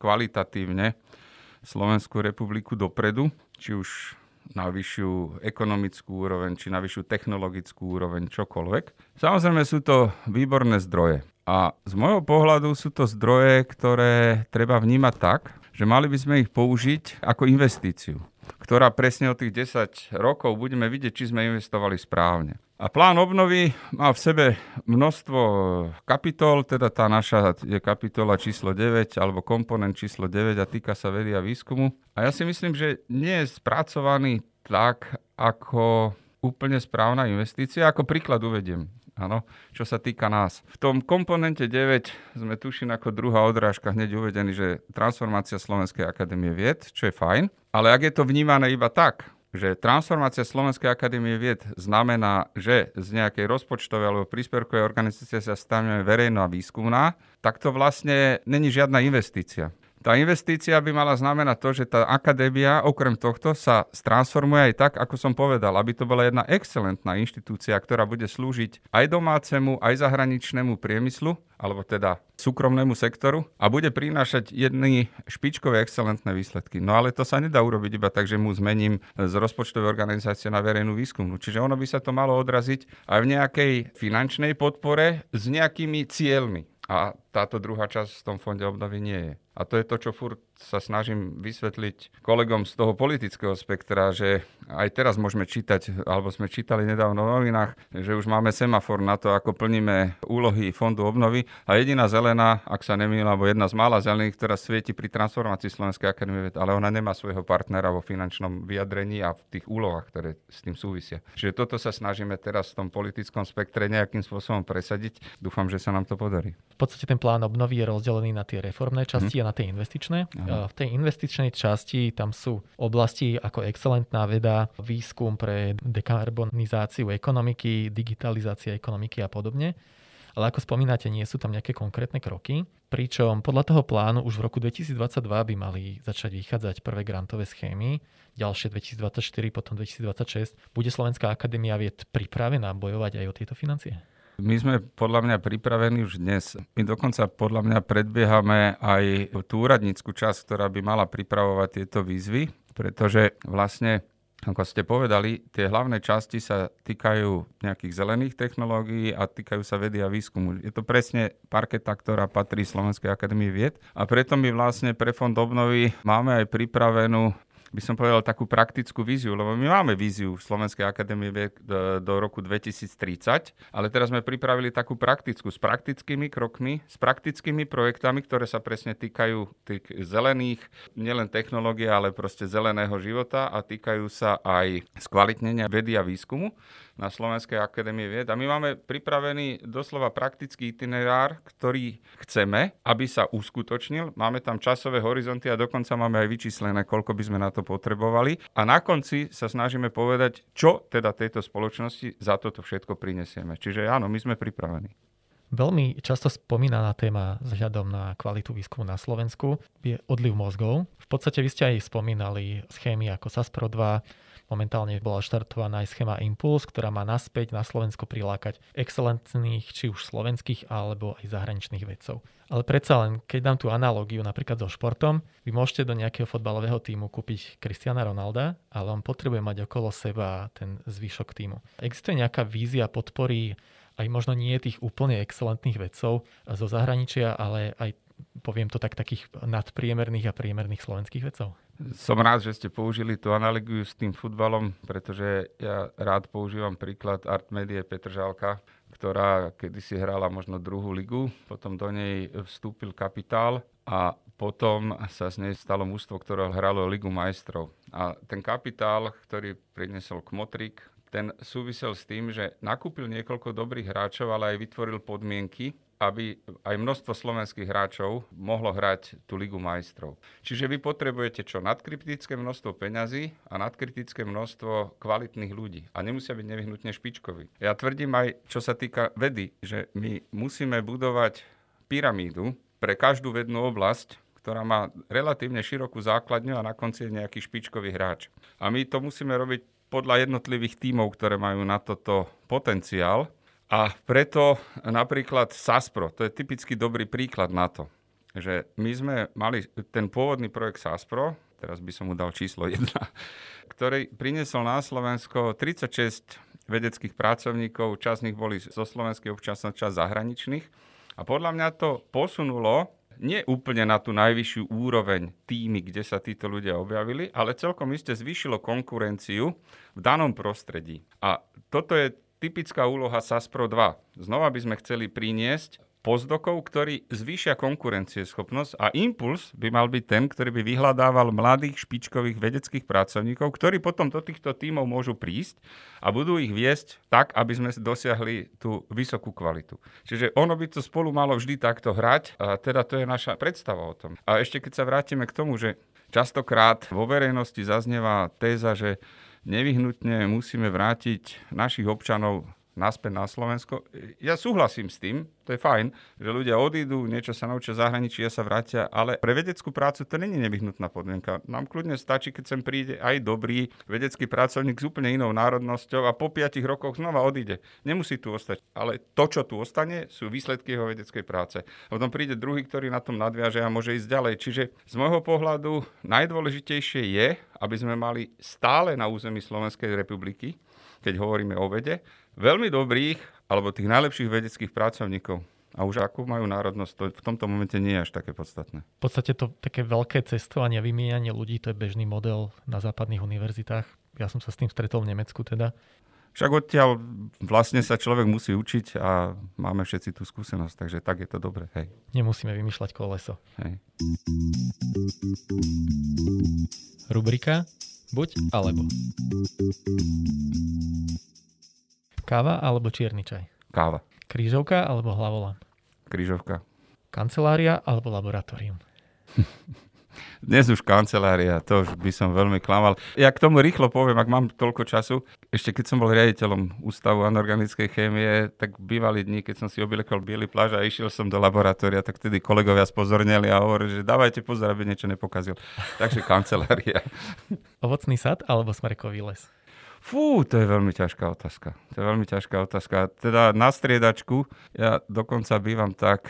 kvalitatívne Slovenskú republiku dopredu, či už na vyššiu ekonomickú úroveň, či na vyššiu technologickú úroveň, čokoľvek. Samozrejme sú to výborné zdroje. A z môjho pohľadu sú to zdroje, ktoré treba vnímať tak, že mali by sme ich použiť ako investíciu, ktorá presne od tých 10 rokov budeme vidieť, či sme investovali správne. A plán obnovy má v sebe množstvo kapitol, teda tá naša je kapitola číslo 9 alebo komponent číslo 9 a týka sa vedy a výskumu. A ja si myslím, že nie je spracovaný tak ako úplne správna investícia. Ako príklad uvediem, áno, čo sa týka nás. V tom komponente 9 sme tuším ako druhá odrážka hneď uvedení, že transformácia Slovenskej akadémie vied, čo je fajn. Ale ak je to vnímané iba tak, že transformácia Slovenskej akadémie vied znamená, že z nejakej rozpočtovej alebo príspevkovej organizácie sa stane verejná a výskumná, tak to vlastne není žiadna investícia. Tá investícia by mala znamenať to, že tá akadémia okrem tohto sa transformuje aj tak, ako som povedal, aby to bola jedna excelentná inštitúcia, ktorá bude slúžiť aj domácemu, aj zahraničnému priemyslu, alebo teda súkromnému sektoru a bude prinášať jedny špičkové excelentné výsledky. No ale to sa nedá urobiť iba tak, že mu zmením z rozpočtovej organizácie na verejnú výskumnú. Čiže ono by sa to malo odraziť aj v nejakej finančnej podpore s nejakými cieľmi. A táto druhá časť v tom fonde obnovy nie je. A to je to, čo furt sa snažím vysvetliť kolegom z toho politického spektra, že aj teraz môžeme čítať, alebo sme čítali nedávno v novinách, že už máme semafor na to, ako plníme úlohy fondu obnovy. A jediná zelená, ak sa nemýlim, alebo jedna z mála zelených, ktorá svieti pri transformácii Slovenskej akadémie vied, ale ona nemá svojho partnera vo finančnom vyjadrení a v tých úlohách, ktoré s tým súvisia. Čiže toto sa snažíme teraz v tom politickom spektre nejakým spôsobom presadiť. Dúfam, že sa nám to podarí.
V podstate ten plán obnovy je rozdelený na tie reformné časti a na tie investičné. V tej investičnej časti tam sú oblasti ako excelentná veda, výskum pre dekarbonizáciu ekonomiky, digitalizácia ekonomiky a podobne. Ale ako spomínate, nie sú tam nejaké konkrétne kroky, pričom podľa toho plánu už v roku 2022 by mali začať vychádzať prvé grantové schémy, ďalšie 2024, potom 2026. Bude Slovenská akadémia vied pripravená bojovať aj o tieto financie?
My sme podľa mňa pripravení už dnes. My dokonca podľa mňa predbiehame aj tú úradnícku časť, ktorá by mala pripravovať tieto výzvy, pretože vlastne, ako ste povedali, tie hlavné časti sa týkajú nejakých zelených technológií a týkajú sa vedy a výskumu. Je to presne parketa, ktorá patrí Slovenskej akadémii vied a preto my vlastne pre Fond obnovy máme aj pripravenú, by som povedal, takú praktickú víziu, lebo my máme víziu Slovenskej akadémie vied do roku 2030, ale teraz sme pripravili takú praktickú, s praktickými krokmi, s praktickými projektami, ktoré sa presne týkajú tých zelených, nielen technológie, ale proste zeleného života a týkajú sa aj skvalitnenia vedy a výskumu na Slovenskej akadémie vied. A my máme pripravený doslova praktický itinerár, ktorý chceme, aby sa uskutočnil. Máme tam časové horizonty a dokonca máme aj vyčíslené, koľko by sme na to potrebovali. A na konci sa snažíme povedať, čo teda tejto spoločnosti za toto všetko prinesieme. Čiže áno, my sme pripravení.
Veľmi často spomínaná téma vzhľadom na kvalitu výskumu na Slovensku je odliv mozgov. V podstate vy ste aj spomínali schémy ako SASPRO 2, momentálne bola štartovaná aj schéma Impuls, ktorá má naspäť na Slovensko prilákať excelentných, či už slovenských, alebo aj zahraničných vedcov. Ale predsa len, keď dám tú analógiu napríklad so športom, vy môžete do nejakého fotbalového tímu kúpiť Cristiana Ronalda, ale on potrebuje mať okolo seba ten zvyšok tímu. Existuje nejaká vízia podpory aj možno nie tých úplne excelentných vedcov zo zahraničia, ale aj, poviem to tak, takých nadpriemerných a priemerných slovenských vedcov?
Som rád, že ste použili tú analogiu s tým futbalom, pretože ja rád používam príklad Artmedie Petržalka, ktorá kedysi hrala možno druhú ligu, potom do nej vstúpil kapitál a potom sa z nej stalo mužstvo, ktoré hralo Ligu majstrov. A ten kapitál, ktorý priniesol Kmotrík, ten súvisel s tým, že nakúpil niekoľko dobrých hráčov, ale aj vytvoril podmienky, aby aj množstvo slovenských hráčov mohlo hrať tú Ligu majstrov. Čiže vy potrebujete čo? Nadkritické množstvo peňazí a nadkritické množstvo kvalitných ľudí. A nemusia byť nevyhnutne špičkoví. Ja tvrdím aj, čo sa týka vedy, že my musíme budovať pyramídu pre každú vednú oblasť, ktorá má relatívne širokú základňu a na konci je nejaký špičkový hráč. A my to musíme robiť podľa jednotlivých tímov, ktoré majú na toto potenciál. A preto napríklad SASPRO, to je typicky dobrý príklad na to. že my sme mali ten pôvodný projekt SASPRO, teraz by som mu dal číslo 1, ktorý priniesol na Slovensko 36 vedeckých pracovníkov, časť z nich boli zo slovenských občanov, časť zahraničných. A podľa mňa to posunulo nie úplne na tú najvyššiu úroveň týmy, kde sa títo ľudia objavili, ale celkom iste zvýšilo konkurenciu v danom prostredí. A toto je typická úloha SASPRO 2. Znova by sme chceli priniesť postdokov, ktorí zvýšia konkurencieschopnosť a impuls by mal byť ten, ktorý by vyhľadával mladých špičkových vedeckých pracovníkov, ktorí potom do týchto tímov môžu prísť a budú ich viesť tak, aby sme dosiahli tú vysokú kvalitu. Čiže ono by to spolu malo vždy takto hrať a teda to je naša predstava o tom. A ešte keď sa vrátime k tomu, že častokrát vo verejnosti zaznieva téza, že nevyhnutne musíme vrátiť našich občanov naspäť na Slovensko. Ja súhlasím s tým, to je fajn, že ľudia odídu, niečo sa naučia v zahraničí a sa vrátia, ale pre vedeckú prácu to nie je nevyhnutná podmienka. Nám kľudne stačí, keď sem príde aj dobrý vedecký pracovník s úplne inou národnosťou a po 5 rokoch znova odíde. Nemusí tu ostať, ale to, čo tu ostane, sú výsledky jeho vedeckej práce. A potom príde druhý, ktorý na tom nadviaže a môže ísť ďalej. Čiže z môjho pohľadu najdôležitejšie je, aby sme mali stále na území Slovenskej republiky, keď hovoríme o vede, veľmi dobrých alebo tých najlepších vedeckých pracovníkov. A už akú majú národnosť, to v tomto momente nie je až také podstatné.
V podstate to také veľké cestovanie, vymieňanie ľudí, to je bežný model na západných univerzitách. Ja som sa s tým stretol v Nemecku teda.
Však odtiaľ vlastne sa človek musí učiť a máme všetci tú skúsenosť, takže tak je to dobre. Hej.
Nemusíme vymýšľať koleso.
Hej.
Rubrika Buď alebo. Káva alebo čierny čaj?
Káva.
Krížovka alebo hlavolamp?
Krížovka.
Kancelária alebo laboratórium?
Dnes už kancelária, to už by som veľmi klamal. Ja k tomu rýchlo poviem, ak mám toľko času. Ešte keď som bol riaditeľom Ústavu anorganickej chémie, tak bývali dni, keď som si obliekol biely plášť a išiel som do laboratória, tak vtedy kolegovia spozorneli a hovorili, že dávajte pozor, aby niečo nepokazil. Takže kancelária.
Ovocný sad alebo smrekový les?
Fú, to je veľmi ťažká otázka. Teda na striedačku, ja dokonca bývam tak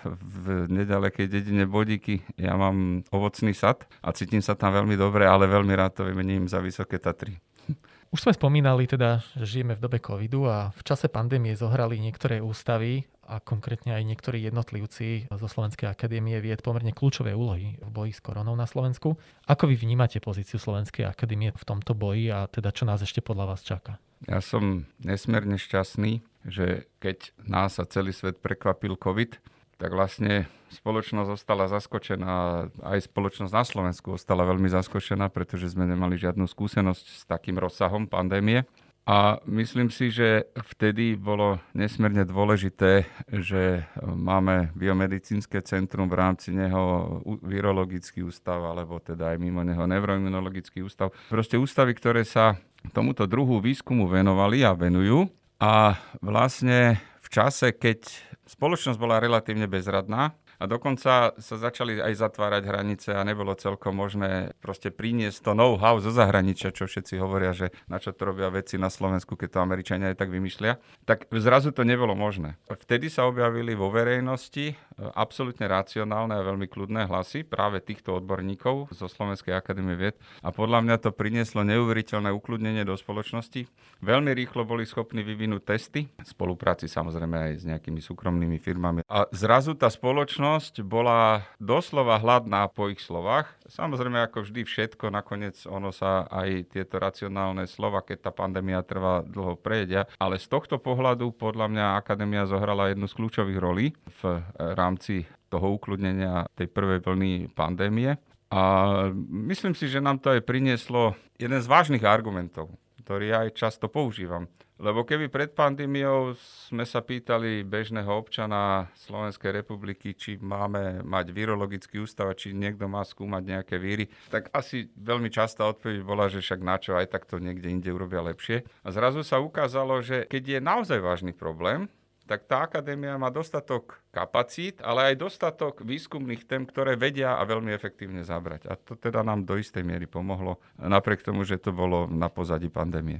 v nedalekej dedine Bodíky, ja mám ovocný sad a cítim sa tam veľmi dobre, ale veľmi rád to vymením za Vysoké Tatry.
Už sme spomínali teda, že žijeme v dobe covidu a v čase pandémie zohrali niektoré ústavy a konkrétne aj niektorí jednotlivci zo Slovenskej akadémie vied pomerne kľúčové úlohy v boji s koronou na Slovensku. Ako vy vnímate pozíciu Slovenskej akadémie v tomto boji a teda čo nás ešte podľa vás čaká?
Ja som nesmierne šťastný, že keď nás a celý svet prekvapil COVID, tak vlastne spoločnosť ostala zaskočená, aj spoločnosť na Slovensku ostala veľmi zaskočená, pretože sme nemali žiadnu skúsenosť s takým rozsahom pandémie. A myslím si, že vtedy bolo nesmierne dôležité, že máme biomedicínske centrum, v rámci neho virologický ústav, alebo teda aj mimo neho neuroimunologický ústav. Proste ústavy, ktoré sa tomuto druhu výskumu venovali a venujú. A vlastne v čase, keď spoločnosť bola relatívne bezradná, a dokonca sa začali aj zatvárať hranice a nebolo celkom možné proste priniesť to know-how zo zahraničia, čo všetci hovoria, že na čo to robia veci na Slovensku, keď to Američania aj tak vymýšlia. Tak zrazu to nebolo možné. Vtedy sa objavili vo verejnosti absolútne racionálne a veľmi kľudné hlasy práve týchto odborníkov zo Slovenskej akadémie vied a podľa mňa to prinieslo neuveriteľné ukludnenie do spoločnosti. Veľmi rýchlo boli schopní vyvinúť testy, v spolupráci samozrejme aj s nejakými súkromnými firmami. A zrazu tá spoločnosť bola doslova hladná po ich slovách. Samozrejme, ako vždy všetko, nakoniec ono sa aj tieto racionálne slova, keď tá pandémia trvá dlho prejedia. Ale z tohto pohľadu podľa mňa akadémia zohrala jednu z kľúčových rolí v rámci toho ukludnenia tej prvej vlny pandémie. A myslím si, že nám to aj prinieslo jeden z vážnych argumentov, ktorý ja aj často používam. Lebo keby pred pandémiou sme sa pýtali bežného občana Slovenskej republiky, či máme mať virologický ústav, či niekto má skúmať nejaké víry, tak asi veľmi častá odpoveď bola, že však na čo, aj tak to niekde inde urobia lepšie. A zrazu sa ukázalo, že keď je naozaj vážny problém, tak tá akadémia má dostatok kapacít, ale aj dostatok výskumných tém, ktoré vedia a veľmi efektívne zabrať. A to teda nám do istej miery pomohlo, napriek tomu, že to bolo na pozadí pandémie.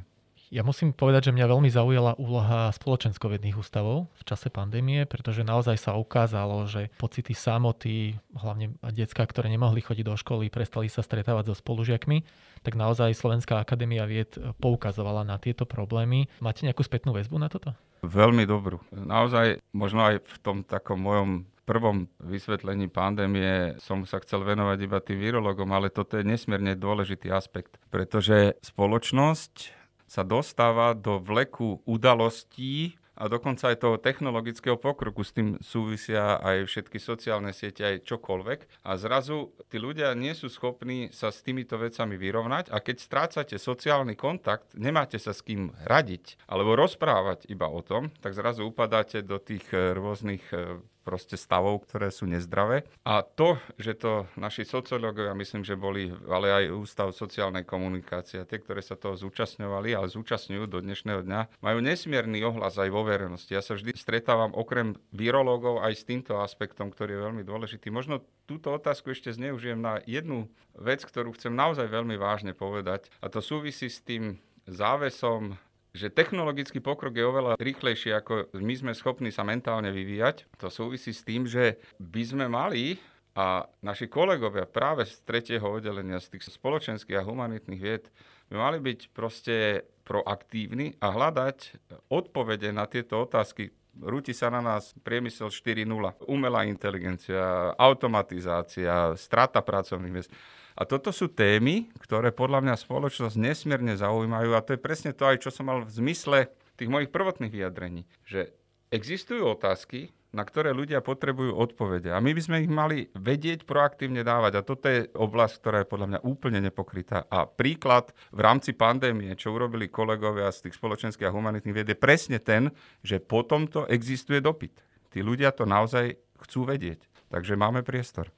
Ja musím povedať, že mňa veľmi zaujala úloha spoločenskovedných ústavov v čase pandémie, pretože naozaj sa ukázalo, že pocity samoty, hlavne decká, ktoré nemohli chodiť do školy, prestali sa stretávať so spolužiakmi, tak naozaj Slovenská akadémia vied poukazovala na tieto problémy. Máte nejakú spätnú väzbu na toto?
Veľmi dobrú. Naozaj, možno aj v tom takom mojom prvom vysvetlení pandémie som sa chcel venovať iba tým virológom, ale toto je nesmierne dôležitý aspekt, pretože spoločnosť sa dostáva do vleku udalostí a dokonca aj toho technologického pokroku. S tým súvisia aj všetky sociálne siete, aj čokoľvek. A zrazu tí ľudia nie sú schopní sa s týmito vecami vyrovnať a keď strácate sociálny kontakt, nemáte sa s kým radiť alebo rozprávať iba o tom, tak zrazu upadáte do tých rôznych proste stavov, ktoré sú nezdravé. A to, že to naši sociológovia, myslím, že boli, ale aj Ústav sociálnej komunikácie, tie, ktoré sa toho zúčastňovali, ale zúčastňujú do dnešného dňa, majú nesmierny ohlas aj vo verejnosti. Ja sa vždy stretávam okrem virológov aj s týmto aspektom, ktorý je veľmi dôležitý. Možno túto otázku ešte zneužijem na jednu vec, ktorú chcem naozaj veľmi vážne povedať. A to súvisí s tým závesom, že technologický pokrok je oveľa rýchlejší, ako my sme schopní sa mentálne vyvíjať. To súvisí s tým, že by sme mali, a naši kolegovia práve z 3. oddelenia, z tých spoločenských a humanitných vied, by mali byť proste proaktívni a hľadať odpovede na tieto otázky. Rúti sa na nás priemysel 4.0, umelá inteligencia, automatizácia, strata pracovných miest. A toto sú témy, ktoré podľa mňa spoločnosť nesmierne zaujímajú a to je presne to aj, čo som mal v zmysle tých mojich prvotných vyjadrení, že existujú otázky, na ktoré ľudia potrebujú odpovede a my by sme ich mali vedieť proaktívne dávať a toto je oblasť, ktorá je podľa mňa úplne nepokrytá. A príklad v rámci pandémie, čo urobili kolegovia z tých spoločenských a humanitných vied, je presne ten, že po tomto existuje dopyt. Tí ľudia to naozaj chcú vedieť, takže máme priestor.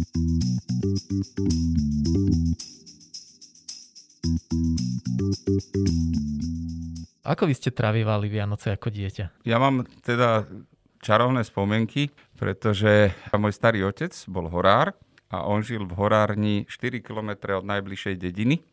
Ako vy ste trávivali Vianoce ako dieťa?
Ja mám teda čarovné spomienky, pretože môj starý otec bol horár a on žil v horárni 4 km od najbližšej dediny.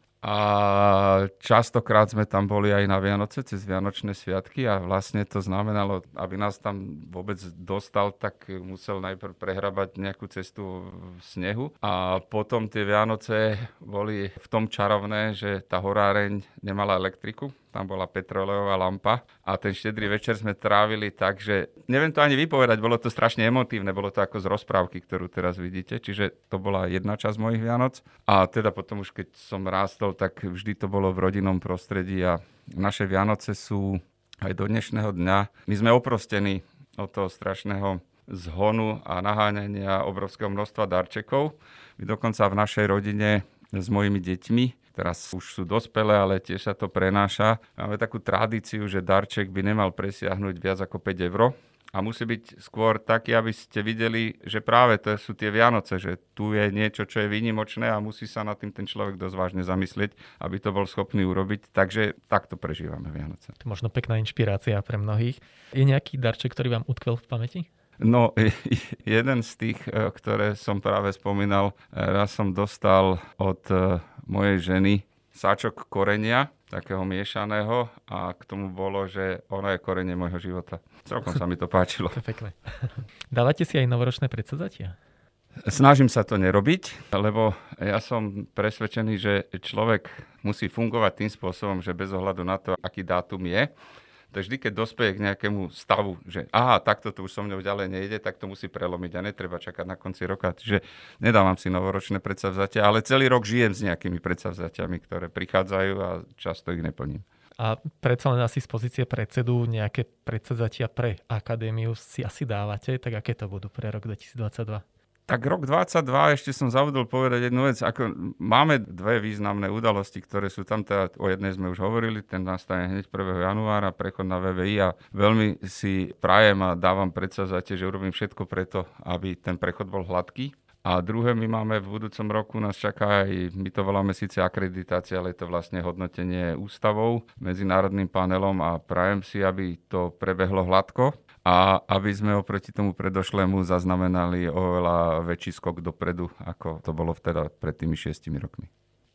A častokrát sme tam boli aj na Vianoce, cez Vianočné sviatky a vlastne to znamenalo, aby nás tam vôbec dostal, tak musel najprv prehrabať nejakú cestu v snehu. A potom tie Vianoce boli v tom čarovné, že tá horáreň nemala elektriku. Tam bola petroleová lampa a ten štedrý večer sme trávili tak, že neviem to ani vypovedať, bolo to strašne emotívne, bolo to ako z rozprávky, ktorú teraz vidíte, čiže to bola jedna časť mojich Vianoc. A teda potom už keď som rástol, tak vždy to bolo v rodinnom prostredí a naše Vianoce sú aj do dnešného dňa. My sme oprostení od toho strašného zhonu a naháňania obrovského množstva darčekov. My dokonca v našej rodine s mojimi deťmi, teraz už sú dospelé, ale tiež sa to prenáša. Máme takú tradíciu, že darček by nemal presiahnuť viac ako 5 eur. A musí byť skôr taký, aby ste videli, že práve to sú tie Vianoce, že tu je niečo, čo je výnimočné a musí sa nad tým ten človek dosť vážne zamyslieť, aby to bol schopný urobiť. Takže takto prežívame Vianoce.
To je možno pekná inšpirácia pre mnohých. Je nejaký darček, ktorý vám utkvel v pamäti?
No, jeden z tých, ktoré som práve spomínal, raz som dostal od mojej ženy sáčok korenia, takého miešaného a k tomu bolo, že ono je korenie môjho života. Celkom sa mi to páčilo.
To je pekné. Dávate si aj novoročné predsavzatia?
Snažím sa to nerobiť, lebo ja som presvedčený, že človek musí fungovať tým spôsobom, že bez ohľadu na to, aký dátum je, to vždy, keď dospeje k nejakému stavu, že takto to už so mnou ďalej nejde, tak to musí prelomiť a netreba čakať na konci roka. Čiže nedávam si novoročné predsavzatia, ale celý rok žijem s nejakými predsavzatiami, ktoré prichádzajú a často ich neplním.
A predsa len asi z pozície predsedu nejaké predsavzatia pre akadémiu si asi dávate, tak aké to budú pre rok 2022?
Tak rok 2022, ešte som zabudol povedať jednu vec. Máme dve významné udalosti, ktoré sú tam, teda o jednej sme už hovorili, ten nastane hneď 1. januára, prechod na VVI a veľmi si prajem a dávam predsavzatie, že urobím všetko preto, aby ten prechod bol hladký. A druhé, my máme v budúcom roku, nás čaká aj, my to voláme síce akreditácia, ale je to vlastne hodnotenie ústavov medzinárodným panelom a prajem si, aby to prebehlo hladko a aby sme oproti tomu predošlému zaznamenali oveľa väčší skok dopredu, ako to bolo vteda pred tými 6 rokmi.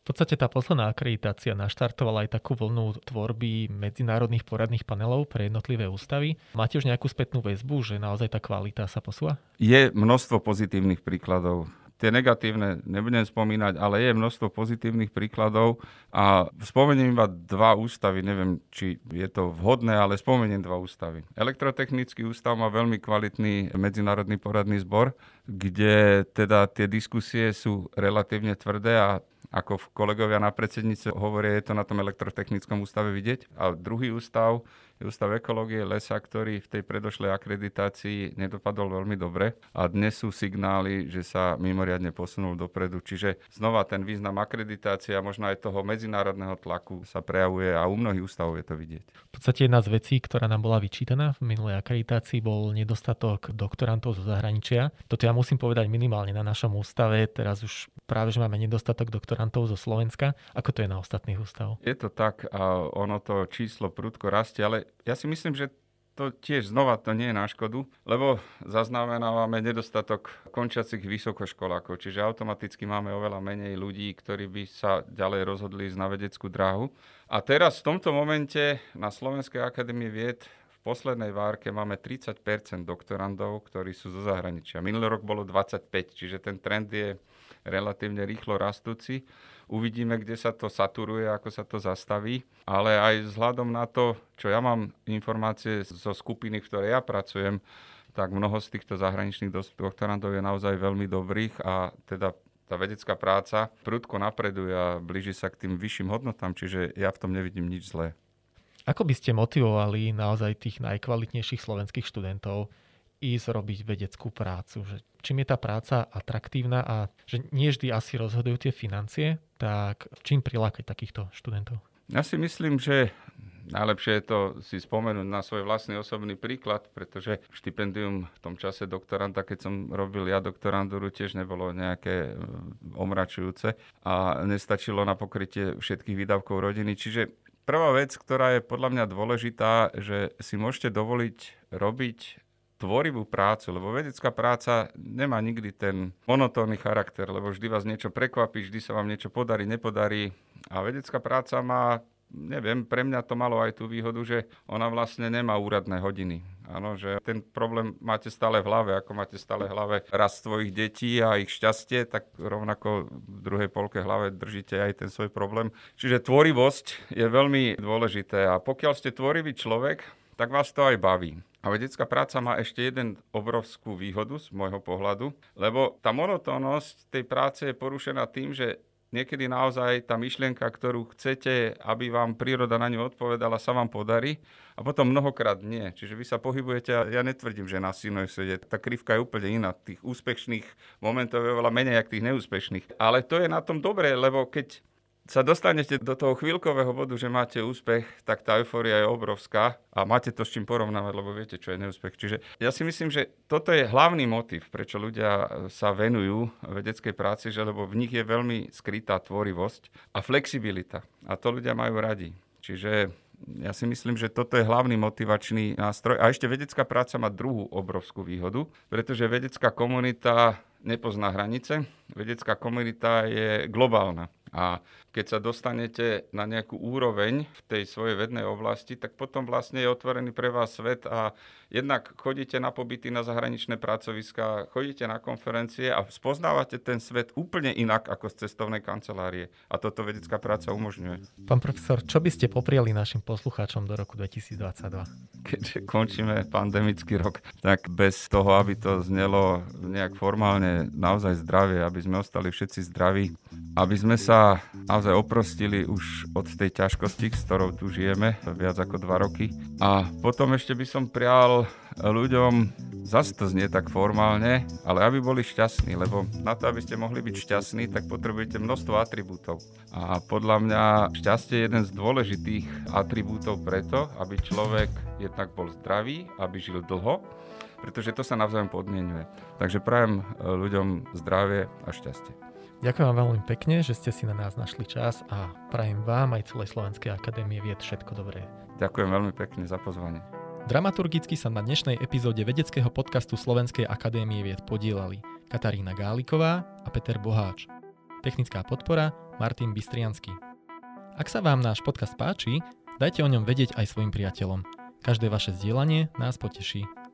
V podstate tá posledná akreditácia naštartovala aj takú vlnu tvorby medzinárodných poradných panelov pre jednotlivé ústavy. Máte už nejakú spätnú väzbu, že naozaj tá kvalita sa posúva?
Je množstvo pozitívnych príkladov. Tie negatívne nebudem spomínať, ale je množstvo pozitívnych príkladov a spomeniem iba 2 ústavy, neviem, či je to vhodné, ale spomeniem 2 ústavy. Elektrotechnický ústav má veľmi kvalitný medzinárodný poradný zbor, kde teda tie diskusie sú relatívne tvrdé a ako kolegovia na predsednice hovoria, je to na tom elektrotechnickom ústave vidieť. A druhý ústav je ústav ekológie lesa, ktorý v tej predošlej akreditácii nedopadol veľmi dobre. A dnes sú signály, že sa mimoriadne posunul dopredu. Čiže znova ten význam akreditácie a možno aj toho medzinárodného tlaku sa prejavuje a u mnohých ústavov je to vidieť.
V podstate jedna z vecí, ktorá nám bola vyčítaná v minulej akreditácii, bol nedostatok doktorantov zo zahraničia. Toto ja musím povedať minimálne na našom ústave. Teraz už práve, že máme nedostatok doktorantov zo Slovenska. Ako to je na ostatných ústavoch?
Je to tak a ono to číslo prudko rastie, ale ja si myslím, že to tiež znova to nie je na škodu, lebo zaznamenávame nedostatok končiacich vysokoškolákov, čiže automaticky máme oveľa menej ľudí, ktorí by sa ďalej rozhodli ísť na vedeckú dráhu. A teraz v tomto momente na Slovenskej akadémii vied v poslednej várke máme 30% doktorandov, ktorí sú zo zahraničia. Minulý rok bolo 25, čiže ten trend je relatívne rýchlo rastúci. Uvidíme, kde sa to saturuje, ako sa to zastaví, ale aj vzhľadom na to, čo ja mám informácie zo skupiny, v ktorej ja pracujem, tak mnoho z týchto zahraničných doktorandov je naozaj veľmi dobrých a teda tá vedecká práca prudko napreduje a blíži sa k tým vyšším hodnotám, čiže ja v tom nevidím nič zlé.
Ako by ste motivovali naozaj tých najkvalitnejších slovenských študentov ísť robiť vedeckú prácu? Že čím je tá práca atraktívna a že nie vždy asi rozhodujú tie financie, tak čím prilákať takýchto študentov?
Ja si myslím, že najlepšie je to si spomenúť na svoj vlastný osobný príklad, pretože štipendium v tom čase doktoranta, keď som robil ja doktorandúru, tiež nebolo nejaké omračujúce a nestačilo na pokrytie všetkých výdavkov rodiny. Čiže prvá vec, ktorá je podľa mňa dôležitá, že si môžete dovoliť robiť tvorivú prácu, lebo vedecká práca nemá nikdy ten monotónny charakter, lebo vždy vás niečo prekvapí, vždy sa vám niečo podarí, nepodarí. A vedecká práca má, neviem, pre mňa to malo aj tú výhodu, že ona vlastne nemá úradné hodiny. Áno, že ten problém máte stále v hlave, ako máte stále v hlave rast svojich detí a ich šťastie, tak rovnako v druhej polke hlave držíte aj ten svoj problém. Čiže tvorivosť je veľmi dôležité a pokiaľ ste tvorivý človek, tak vás to aj baví. A vedecká práca má ešte jeden obrovskú výhodu z môjho pohľadu, lebo tá monotónnosť tej práce je porušená tým, že niekedy naozaj tá myšlienka, ktorú chcete, aby vám príroda na ňu odpovedala, sa vám podarí a potom mnohokrát nie. Čiže vy sa pohybujete a ja netvrdím, že na sinusoide. Tá krivka je úplne iná. Tých úspešných momentov je veľa menej ako tých neúspešných. Ale to je na tom dobré, lebo keď sa dostanete do toho chvíľkového bodu, že máte úspech, tak tá eufória je obrovská a máte to s čím porovnávať, lebo viete, čo je neúspech. Čiže ja si myslím, že toto je hlavný motiv, prečo ľudia sa venujú vedeckej práci, že lebo v nich je veľmi skrytá tvorivosť a flexibilita. A to ľudia majú radi. Čiže ja si myslím, že toto je hlavný motivačný nástroj. A ešte vedecká práca má druhú obrovskú výhodu, pretože vedecká komunita nepozná hranice. Vedecká komunita je globálna. A keď sa dostanete na nejakú úroveň v tej svojej vednej oblasti, tak potom vlastne je otvorený pre vás svet a jednak chodíte na pobyty na zahraničné pracoviská, chodíte na konferencie a spoznávate ten svet úplne inak ako z cestovnej kancelárie. A toto vedecká práca umožňuje.
Pán profesor, čo by ste popriali našim poslucháčom do roku 2022?
Keďže končíme pandemický rok, tak bez toho, aby to znelo nejak formálne, naozaj zdravie, aby sme ostali všetci zdraví, aby sme sa naozaj oprostili už od tej ťažkosti, s ktorou tu žijeme viac ako 2 roky. A potom ešte by som prial ľuďom, zase to znie tak formálne, ale aby boli šťastní, lebo na to, aby ste mohli byť šťastní, tak potrebujete množstvo atribútov. A podľa mňa šťastie je jeden z dôležitých atribútov preto, aby človek jednak bol zdravý, aby žil dlho, pretože to sa navzájom podmienuje. Takže prajem ľuďom zdravie a šťastie.
Ďakujem vám veľmi pekne, že ste si na nás našli čas a prajem vám aj celej Slovenskej akadémie vied všetko dobré.
Ďakujem veľmi pekne za pozvanie.
Dramaturgicky sa na dnešnej epizóde vedeckého podcastu Slovenskej akadémie vied podielali Katarína Gáliková a Peter Boháč. Technická podpora Martin Bystriansky. Ak sa vám náš podcast páči, dajte o ňom vedieť aj svojim priateľom. Každé vaše zdieľanie nás poteší.